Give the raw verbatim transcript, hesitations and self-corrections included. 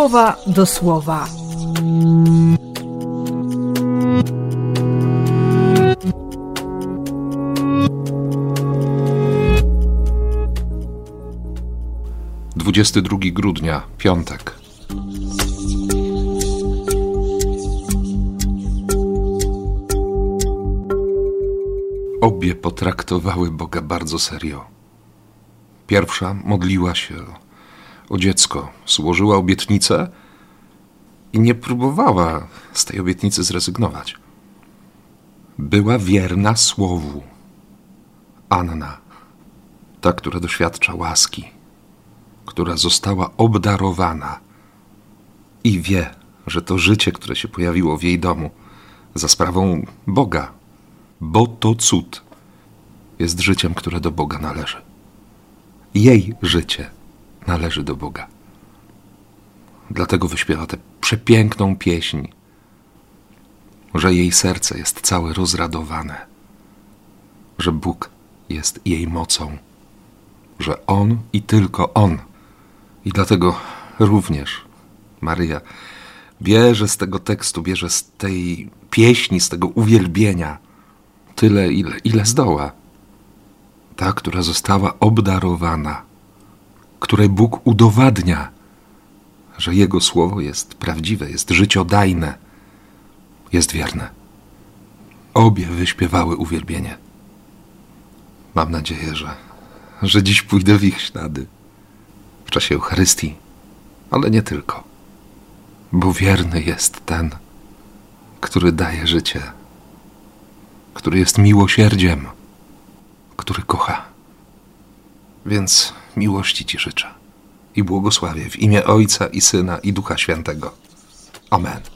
słowa do słowa. dwudziestego drugiego grudnia, piątek. Obie potraktowały Boga bardzo serio. Pierwsza modliła się o dziecko, złożyła obietnicę i nie próbowała z tej obietnicy zrezygnować. Była wierna słowu. Anna, ta, która doświadcza łaski, która została obdarowana i wie, że to życie, które się pojawiło w jej domu za sprawą Boga, bo to cud, jest życiem, które do Boga należy. Jej życie należy do Boga. Dlatego wyśpiewa tę przepiękną pieśń, że jej serce jest całe rozradowane, że Bóg jest jej mocą, że On i tylko On. I dlatego również Maryja bierze z tego tekstu, bierze z tej pieśni, z tego uwielbienia tyle, ile, ile zdoła. Ta, która została obdarowana, której Bóg udowadnia, że Jego słowo jest prawdziwe, jest życiodajne, jest wierne. Obie wyśpiewały uwielbienie. Mam nadzieję, że, że dziś pójdę w ich ślady w czasie Eucharystii, ale nie tylko, bo wierny jest ten, który daje życie, który jest miłosierdziem, który kocha. Więc miłości Ci życzę i błogosławię w imię Ojca i Syna i Ducha Świętego. Amen.